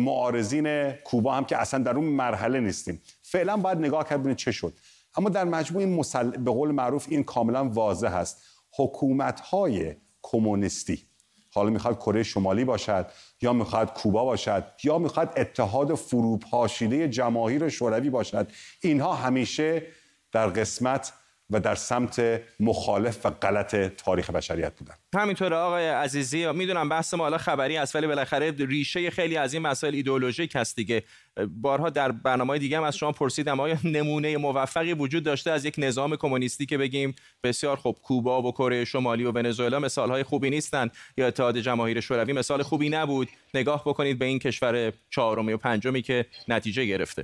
معارضین کوبا هم که اصلا در اون مرحله نیستیم. فعلا باید نگاه کرد ببینید چه شد. اما در مجموع این به قول معروف این کاملا واضح است. حکومت‌های کمونیستی، حالا میخواد کره شمالی باشد یا میخواد کوبا باشد یا میخواد اتحاد فروپاشیده جماهیر شوروی باشد، اینها همیشه در قسمت و در سمت مخالف و غلط تاریخ بشریت بودن. همینطوره آقای عزیزی، میدونم بحث ما حالا خبری است ولی بالاخره ریشه خیلی از این مسائل ایدئولوژیک هست دیگه. بارها در برنامه‌های دیگه هم از شما پرسیدم آیا نمونه موفقی وجود داشته از یک نظام کمونیستی که بگیم بسیار خوب کوبا و کره شمالی و ونزوئلا مثال‌های خوبی نیستند یا اتحاد جماهیر شوروی مثال خوبی نبود؟ نگاه بکنید به این کشور چهارمی و پنجمی که نتیجه گرفته.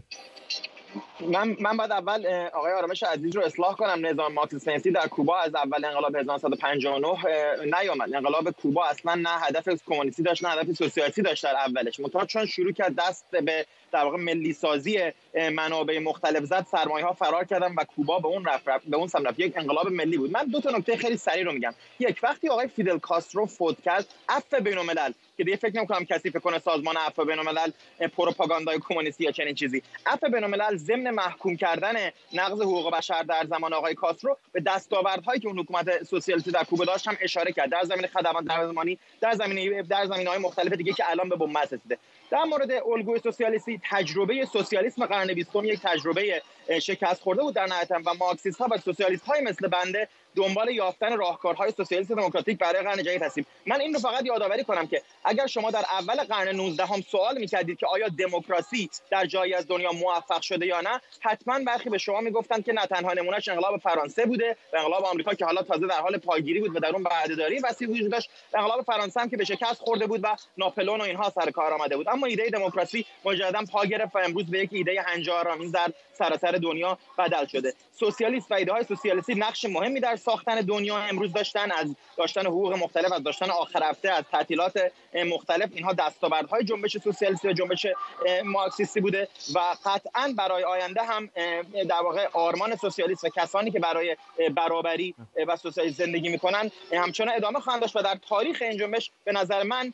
من بعد اول آقای آرامش عزیز رو اصلاح کنم. نظام مارکسیستی در کوبا از اول انقلاب 1959 نیامد. انقلاب کوبا اصلا نه هدف کمونیستی داشت نه هدف سوسیالیستی داشت در اولش. منتها چون شروع کرد دست به در واقع ملی سازی منابع مختلف زد، سرمایه‌ها فرار کردن و کوبا به اون سمت رفت. یک انقلاب ملی بود. من دو تا نکته خیلی سریع رو میگم. یک، وقتی آقای فیدل کاسترو فوت کرد، عفو بین‌الملل که دیگه فکر نمی‌کنم کسی فکر کنه سازمان عفو بین‌الملل پروپاگاندای کمونیستی یا چنین چیزی. عفو بین‌الملل ضمن محکوم کردن نقض حقوق بشر در زمان آقای کاسترو به دستاوردهایی که اون حکومت سوسیالیستی در کوبا داشت هم اشاره کرد، در زمینه خدمات درآمدی، در زمینه‌های مختلف دیگه که الان به بنبست رسیده. در مورد الگوی سوسیالیستی، تجربه سوسیالیسم قرن 20 یک تجربه شکست خورده بود در نهایت و مارکسیست‌ها و سوسیالیست‌های مثل بنده دنبال یافتن راهکارهای سوسیالیسم دموکراتیک برای قرن جدید هستیم. من این رو فقط یادآوری کنم که اگر شما در اول قرن 19 هم سوال می‌کردید که آیا دموکراسی در جایی از دنیا موفق شده یا نه، حتما برخی به شما میگفتند که نه تنها نمونهش انقلاب فرانسه بوده و انقلاب آمریکا که حالا تازه در حال پایگیری بود و در اون بهره‌داری وسیع وجود داشت، انقلاب فرانسه هم که به شکست خورده بود و ناپلئون و اینها سر کار آمده بود. اما ایده دموکراسی مجددا پا گرفت و امروز به یک ایده هنجارآمیز در سراسر دنیا بدل شده. سوسیالیست و ایده‌های سوسیالیستی نقش مهمی در ساختن دنیا امروز داشتن، از داشتن حقوق مختلف، از داشتن آخر هفته، از تعطیلات مختلف، اینها دستاوردهای جنبش سوسیالیستی و جنبش مارکسیستی بوده و قطعاً برای آینده هم در واقع آرمان سوسیالیست و کسانی که برای برابری و سوسیالیسم زندگی می‌کنن همچنان ادامه خواهند داشت و در تاریخ این جنبش به نظر من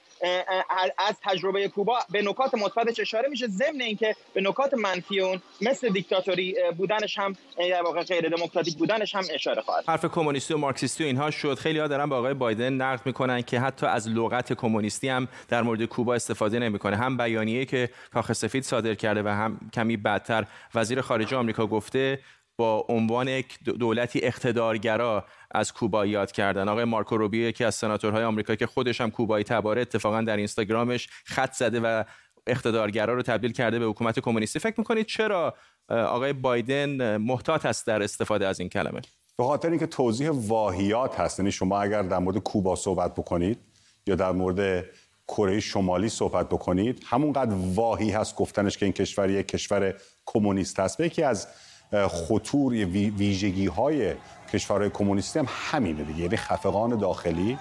از تجربه کوبا به نکات مثبتش اشاره میشه، ضمن اینکه به نکات منفی اون مثل دیکتاتوری بودنش هم در واقع غیر دموکراتیک بودنش هم اشاره خواهد. حرف کمونیستی و مارکسیستی و اینها شد. خیلی‌ها دارن با آقای بایدن نقد میکنن که حتی از لغت کمونیستی هم در مورد کوبا استفاده نمیکنه. هم بیانیه‌ای که کاخ سفید صادر کرده و هم کمی بعدتر وزیر خارجه آمریکا گفته با عنوان یک دولتی اقتدارگرا از کوبا یاد کردن. آقای مارکو روبیو یکی از سناتورهای آمریکا که خودش هم کوبایی تباره، اتفاقا در اینستاگرامش خط زده و اقتدارگرا رو تبدیل کرده به حکومت کمونیستی. فکر می‌کنید چرا آقای بایدن محتاط است در استفاده از این کلمه؟ به خاطر اینکه توضیح واهیات هست. یعنی شما اگر در مورد کوبا صحبت بکنید یا در مورد کره شمالی صحبت بکنید، همونقدر واهی هست گفتنش که این کشور یک کشور کمونیست است. یکی از خطور ویژگی‌های کشورهای کمونیستی هم همینه دیگه، یعنی خفقان داخلی،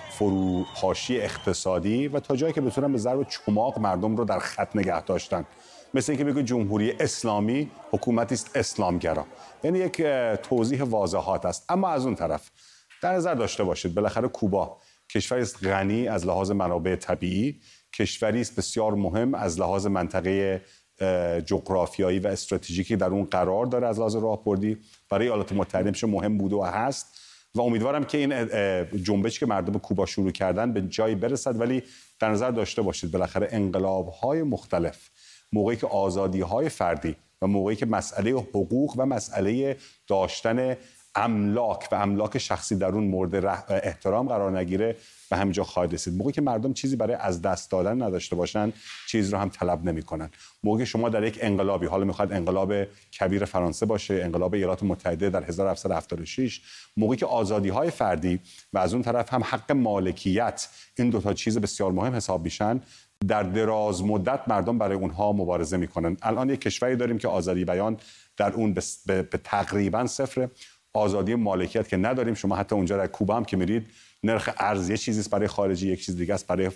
فروپاشی اقتصادی و تا جایی که بتونن به ضرب چماق مردم رو در خط نگه داشتن. مثل اینکه بگه جمهوری اسلامی حکومتی است اسلامگرا. یعنی یک توضیح واضحات است. اما از اون طرف در نظر داشته باشید بالاخره کوبا کشوری است غنی از لحاظ منابع طبیعی، کشوری است بسیار مهم از لحاظ منطقه جغرافیایی و استراتژیکی در اون قرار داره، از لحاظ راهبردی برای ایالات متحده میشه مهم بوده و هست و امیدوارم که این جنبشی که مردم کوبا شروع کردن به جایی برسد. ولی در نظر داشته باشید بالاخره انقلاب‌های مختلف، موقعی که آزادی‌های فردی و موقعی که مسئله حقوق و مسئله داشتن املاک و املاک شخصی در اون مورد احترام قرار نگیره به همینجا خواهد رسید. موقعی که مردم چیزی برای از دست دادن نداشته باشن، چیز رو هم طلب نمی‌کنن. موقعی شما در یک انقلابی، حالا می‌خواد انقلاب کبیر فرانسه باشه، انقلاب ایالات متحده در 1776، موقعی که آزادی‌های فردی و از اون طرف هم حق مالکیت، این دو تا چیز بسیار مهم حساب میشن، در دراز مدت مردم برای اونها مبارزه میکنن. الان یک کشوری داریم که آزادی بیان در اون به تقریبا صفر، آزادی مالکیت که نداریم. شما حتی اونجا در کوبا هم که میرید نرخ ارز یه چیزیست برای خارجی، یک چیز دیگه است برای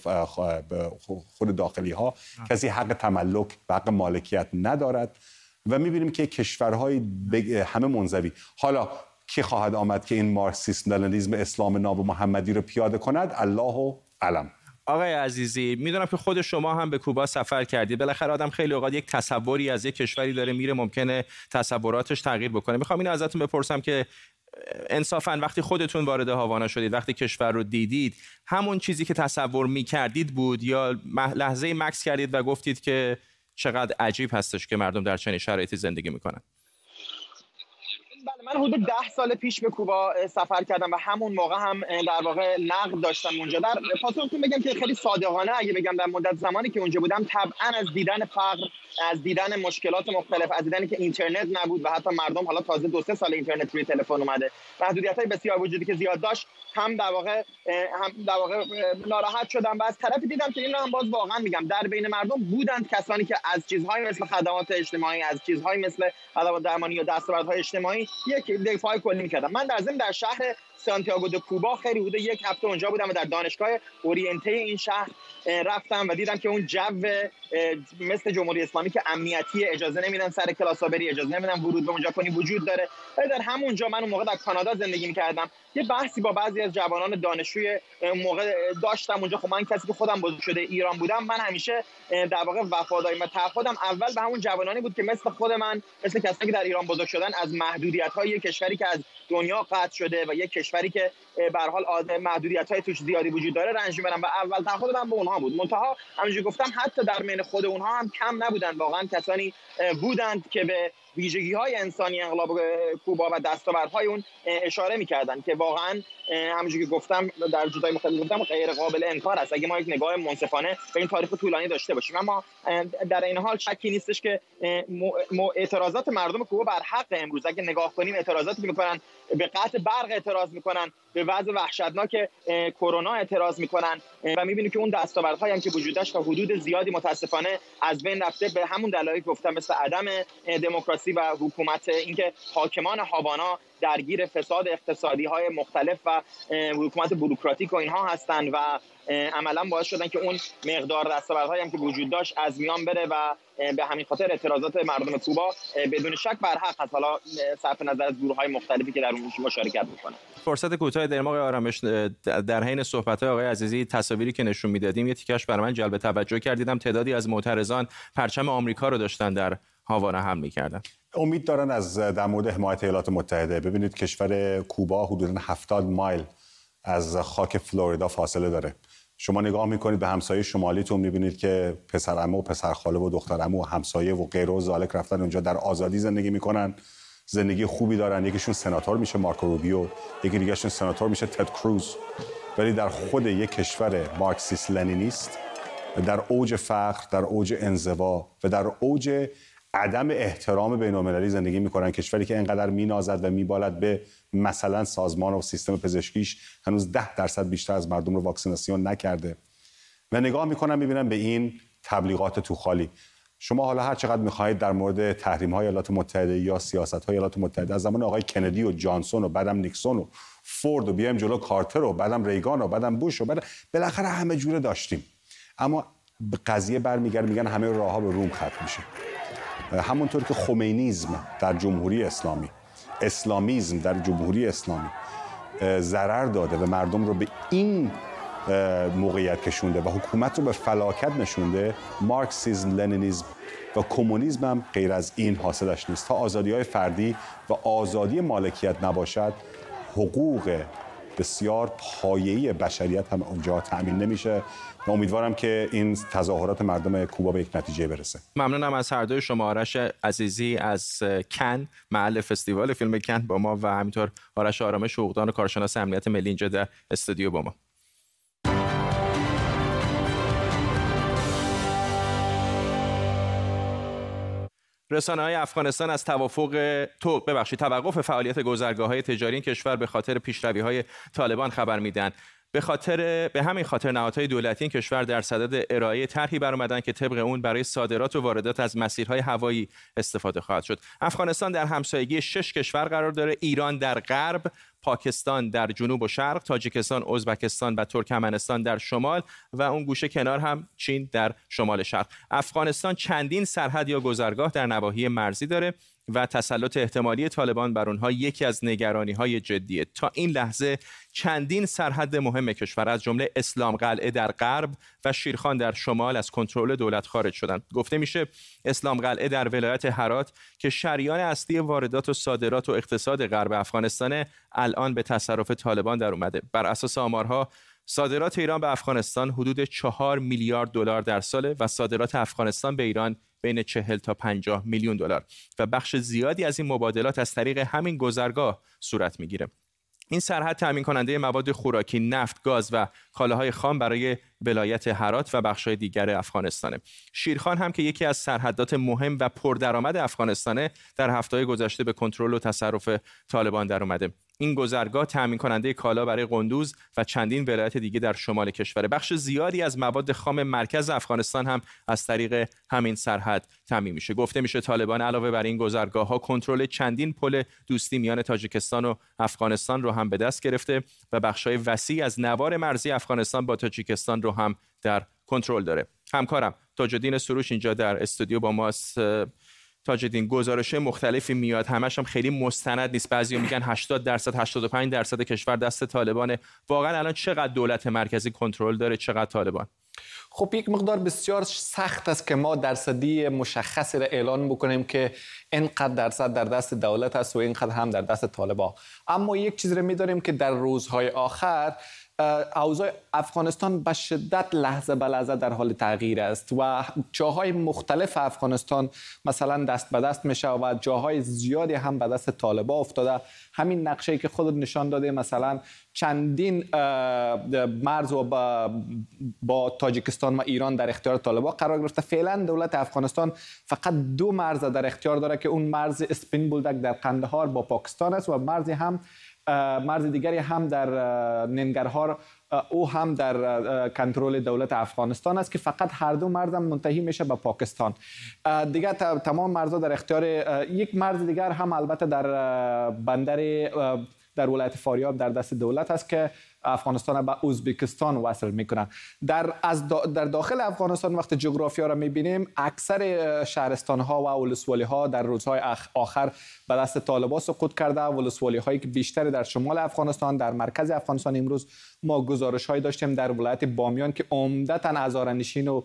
خود داخلی ها. کسی حق تملک و حق مالکیت ندارد و میبینیم که کشورهای همه منزوی. حالا کی خواهد آمد که این مارکسیسم لنینیسم اسلام ناب محمدی رو پیاده کند؟ الله اعلم. آقای عزیزی، میدونم که خود شما هم به کوبا سفر کردید. بالاخره آدم خیلی اوقات یک تصوری از یک کشوری داره میره، ممکنه تصوراتش تغییر بکنه. میخوام اینو ازتون بپرسم که انصافاً وقتی خودتون وارد هاوانا شدید، وقتی کشور رو دیدید، همون چیزی که تصور میکردید بود یا لحظه مکث کردید و گفتید که چقدر عجیب هستش که مردم در چنین شرایطی زندگی میکنن؟ من حدود 10 سال پیش به کوبا سفر کردم و همون موقع هم در واقع نقد داشتم اونجا. در پاسختون بگم که خیلی صادقانه اگه بگم در مدت زمانی که اونجا بودم طبعا از دیدن فقر، از دیدن مشکلات مختلف، از دیدن که اینترنت نبود و حتی مردم حالا تازه 2-3 سال اینترنت روی تلفن اومده، محدودیت‌های بسیار وجودی که زیاد داشت، هم در واقع ناراحت شدم و از طرفی دیدم که این رو هم باز واقعا میگم در بین مردم بودند کسانی که از چیزهایی مثل خدمات اجتماعی، از چیزهایی مثل خدمات درمانی یا دستاوردهای اجتماعی یک یک دفاع کلی می‌کردم. من در ضمن در شهر سانتیاگو د کوبا خیلی حدود یک هفته اونجا بودم و در دانشگاه اورینته این شهر رفتم و دیدم که اون جو مثل جمهوری اسلامی که امنیتی اجازه نمیدن سر کلاس‌ها بری، اجازه نمیدن ورود به اونجا کنی وجود داره. ولی در همونجا من اون موقع در کانادا زندگی می‌کردم، یه بحثی با بعضی از جوانان دانشجوی موقع داشتم اونجا. خب من کسی که خودم بزرگ شده ایران بودم، من همیشه در واقع وفاداری و تعهدم اول به همون جوانانی بود که مثل خود من، مثل کسانی که در ایران بزرگ شدن، از محدودیت‌های یک کشوری که از دنیا قطع شده و یک کشوری که به هر حال محدودیت‌های توش زیادی وجود داره رنج می‌برن و اول تعهد من به اونها بود. منتها همونجوری گفتم حتی در بین خود اونها هم کم نبودن، واقعا کسانی بودند که به ویژگی‌های انسانی انقلاب کوبا و دستاوردهای اون اشاره می‌کردن که واقعا همونجوری که گفتم در جدای مختلف گفتم غیر قابل انکار است اگه ما یک نگاه منصفانه به این تاریخ طولانی داشته باشیم. اما در این حال شکی نیستش که اعتراضات مردم کوبا بر حق امروز، اگه نگاه کنیم اعتراضاتی که می‌کنن، به قطع برق اعتراض می‌کنن، به وضع وحشتناک کرونا اعتراض می‌کنن و می‌بینیم که اون دستاوردهایی هم که وجود داشت تا حدود زیادی متاسفانه از بین رفته، به همون دلایلی که گفتم، مثل عدم دموکراسی و حکومت، اینکه حاکمان هاوانا درگیر فساد اقتصادی‌های مختلف و حکومت بوروکراتیک و اینها هستند و عملاً باعث شدن که اون مقدار دستاوردهایی هم که وجود داشت از میان بره و به همین خاطر اعتراضات مردم کوبا بدون شک بر حق است، حالا صرف نظر از گروه‌های مختلفی که در اون مشارکت می‌کنن. فرصت کوتاه در آقای آرامش، در حین صحبت‌های آقای عزیزی تصاویری که نشون می‌دادیم یه تیکش برای من جلب توجه کردیدم. تعدادی از معترضان پرچم آمریکا رو داشتن در هاوانا حمل می‌کردن. امید دارن از در مورد حمایت ایالات متحده. ببینید کشور کوبا حدوداً 70 مایل از خاک فلوریدا فاصله داره. شما نگاه میکنید به همسایه شمالیتون، میبینید که پسرعمو و پسرخاله و دخترعمو و همسایه و غیره و ذالک رفتن اونجا در آزادی زندگی میکنن، زندگی خوبی دارن. یکیشون سناتور میشه مارکو روبیو، یکی دیگهشون سناتور میشه تد کروز. ولی در خود یک کشور مارکسیست لنینیست، در اوج فقر، در اوج انزوا و در اوج عدم احترام بین‌المللی زندگی میکنن. کشوری که اینقدر مینازد و میبالد به مثلا سازمان و سیستم پزشکیش هنوز 10% بیشتر از مردم رو واکسیناسیون نکرده و نگاه میکنن میبینن به این تبلیغات تو خالی. شما حالا هر چقدر میخواهید در مورد تحریم‌های ایالات متحده یا سیاست‌های ایالات متحده از زمان آقای کندی و جانسون و بعدم نیکسون و فورد و بیایم جلو کارتر و بعدم ریگان و بعدم بوش و بعد بالاخره همه جوره داشتیم، اما به قضیه برمیگرده میگن همه راه‌ها به روم ختم میشه. همونطور که خمینیسم در جمهوری اسلامی، اسلامیسم در جمهوری اسلامی ضرر داده و مردم رو به این موقعیت کشونده و حکومت رو به فلاکت نشونده، مارکسیسم، لنینیسم و کمونیسم هم غیر از این حاصلش نیست. تا آزادی‌های فردی و آزادی مالکیت نباشد، حقوق بسیار پایه‌ای بشریت هم اونجا تأمین نمیشه و امیدوارم که این تظاهرات مردم کوبا به یک نتیجه برسه. ممنونم از هر دوی شما. آرش عزیزی از کن، محل فستیوال فیلم کن با ما، و همینطور آرش آرامش، حقوقدان و کارشناس امنیت ملی اینجا در استودیو با ما. رسانه‌های افغانستان از توقف فعالیت گذرگاه‌های تجاری این کشور به خاطر پیشروی‌های طالبان خبر میدن. به همین خاطر نهادهای دولتی این کشور در صدد ارائه طرحی برآمدند که طبق اون برای صادرات و واردات از مسیرهای هوایی استفاده خواهد شد. افغانستان در همسایگی 6 کشور قرار داره: ایران در غرب، پاکستان در جنوب و شرق، تاجیکستان، ازبکستان و ترکمنستان در شمال و اون گوشه کنار هم چین در شمال شرق. افغانستان چندین سرحد یا گذرگاه در نواحی مرزی داره و تسلط احتمالی طالبان بر اونها یکی از نگرانی‌های جدیه. تا این لحظه چندین سرحد مهم کشور از جمله اسلام قلعه در غرب و شیرخان در شمال از کنترل دولت خارج شدند. گفته میشه اسلام قلعه در ولایت هرات که شریان اصلی واردات و صادرات و اقتصاد غرب افغانستان الان به تصرف طالبان در اومده. بر اساس آمارها صادرات ایران به افغانستان حدود 4 میلیارد دلار در ساله و صادرات افغانستان به ایران بین 40 تا 50 میلیون دلار و بخش زیادی از این مبادلات از طریق همین گذرگاه صورت میگیره. این سرحد تامین کننده مواد خوراکی، نفت، گاز و کالاهای خام برای ولایت هرات و بخش‌های دیگر افغانستانه. شیرخان هم که یکی از سرحدات مهم و پردرآمد افغانستانه در هفته‌های گذشته به کنترل و تصرف طالبان در اومده. این گذرگاه تامین کننده کالا برای قندوز و چندین ولایت دیگه در شمال کشور. بخش زیادی از مواد خام مرکز افغانستان هم از طریق همین سرحد تامین میشه. گفته میشه طالبان علاوه بر این گذرگاه‌ها کنترل چندین پل دوستی میان تاجیکستان و افغانستان رو هم به دست گرفته و بخش‌های وسیع از نوار مرزی افغانستان با تاجیکستان رو هم در کنترل داره. همکارم تاج الدین سروش اینجا در استودیو با ماست. تاج الدین، گزارش مختلفی میاد، همش هم خیلی مستند نیست. بعضیا میگن 80% 85% کشور دست طالبانه. واقعا الان چقدر دولت مرکزی کنترل داره، چقدر طالبان؟ خب یک مقدار بسیار سخت است که ما درصدی مشخصی را اعلان بکنیم که اینقدر درصد در دست دولت است و اینقدر هم در دست طالبان. اما یک چیز را می‌داریم که در روزهای آخر اوضاع افغانستان به شدت لحظه به لحظه در حال تغییر است و جاهای مختلف افغانستان مثلا دست به دست میشه و جاهای زیادی هم به دست طالبان افتاده. همین نقشه‌ای که خودت نشان داده، مثلا چندین مرز و با تاجیکستان و ایران در اختیار طالبان قرار گرفته. فعلا دولت افغانستان فقط 2 مرز در اختیار داره که اون مرز اسپین بولدک در قندهار با پاکستان است و مرز دیگری هم در ننگرهار، او هم در کنترل دولت افغانستان است که فقط هر 2 مرز هم منتهی میشه به پاکستان. دیگه تمام مرزها در اختیار یک مرز دیگر هم البته در بندر در ولایت فاریاب در دست دولت است که افغانستان به ازبکستان وصل میکنن. در داخل افغانستان وقت جغرافیا را میبینیم، اکثر شهرستان ها و ولسوالی ها در روزهای آخر به دست طالبان سقوط کرده. ولسوالی هایی که بیشتر در شمال افغانستان، در مرکز افغانستان، امروز ما گزارش هایی داشتیم در ولایت بامیان که عمدتاً هزاره‌نشین و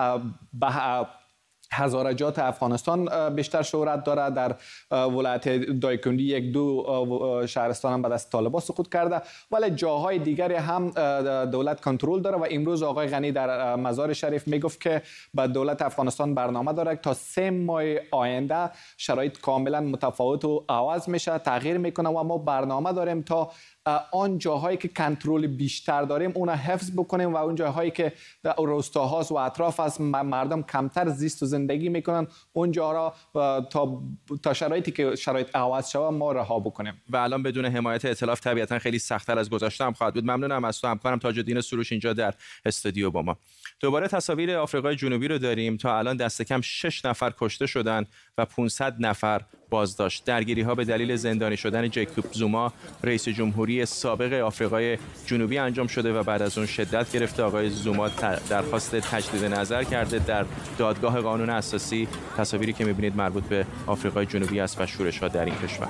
هزارجات افغانستان بیشتر شهرت داره. در ولایت دایکندی 1-2 شهرستان هم به دست طالبان سقوط کرده، ولی جاهای دیگری هم دولت کنترل داره و امروز آقای غنی در مزار شریف میگفت که با دولت افغانستان برنامه داره تا 3 ماه آینده شرایط کاملا متفاوت و عوض میشه، تغییر میکنه و ما برنامه داریم تا آن جاهایی که کنترل بیشتر داریم اونا حفظ بکنیم و اون جاهایی که روستاهاست و اطراف از مردم کمتر زیست و زندگی میکنن اونجا را تا شرایطی که شرایط عوض شوه ما رها بکنیم. و الان بدون حمایت ائتلاف طبیعتا خیلی سخت‌تر از گذشته هم خواهد بود. ممنونم از تو همکارم تاج الدین سروش اینجا در استودیو با ما. دوباره تصاویر آفریقای جنوبی رو داریم. تا الان دست کم 6 نفر کشته شدن و 500 نفر بازداشت. درگیری‌ها به دلیل زندانی شدن جیکوب زوما رئیس جمهوری سابق آفریقای جنوبی انجام شده و بعد از اون شدت گرفته. آقای زوما درخواست تجدید نظر کرده در دادگاه قانون اساسی. تصاویری که می‌بینید مربوط به آفریقای جنوبی است و شورش‌ها در این کشور.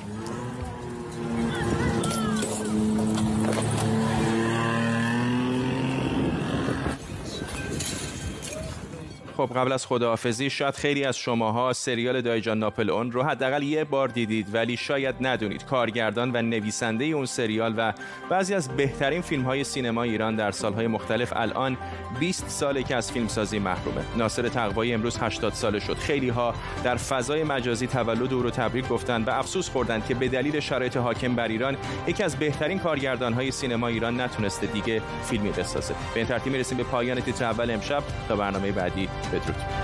خب قبل از خداحافظی، شاید خیلی از شماها سریال دایجان ناپلئون رو حداقل یه بار دیدید، ولی شاید ندونید کارگردان و نویسنده اون سریال و بعضی از بهترین فیلم‌های سینما ایران در سال‌های مختلف الان 20 ساله که از فیلمسازی محرومه. ناصر تقوایی امروز 80 ساله شد. خیلی‌ها در فضای مجازی تولد او رو تبریک گفتن و افسوس خوردن که به دلیل شرایط حاکم بر ایران یکی از بهترین کارگردان‌های سینما ایران نتونسته دیگه فیلمی بسازه. به این ترتیب می‌رسیم به پایان تیتر اول امشب. تا برنامه بعدی بدرود.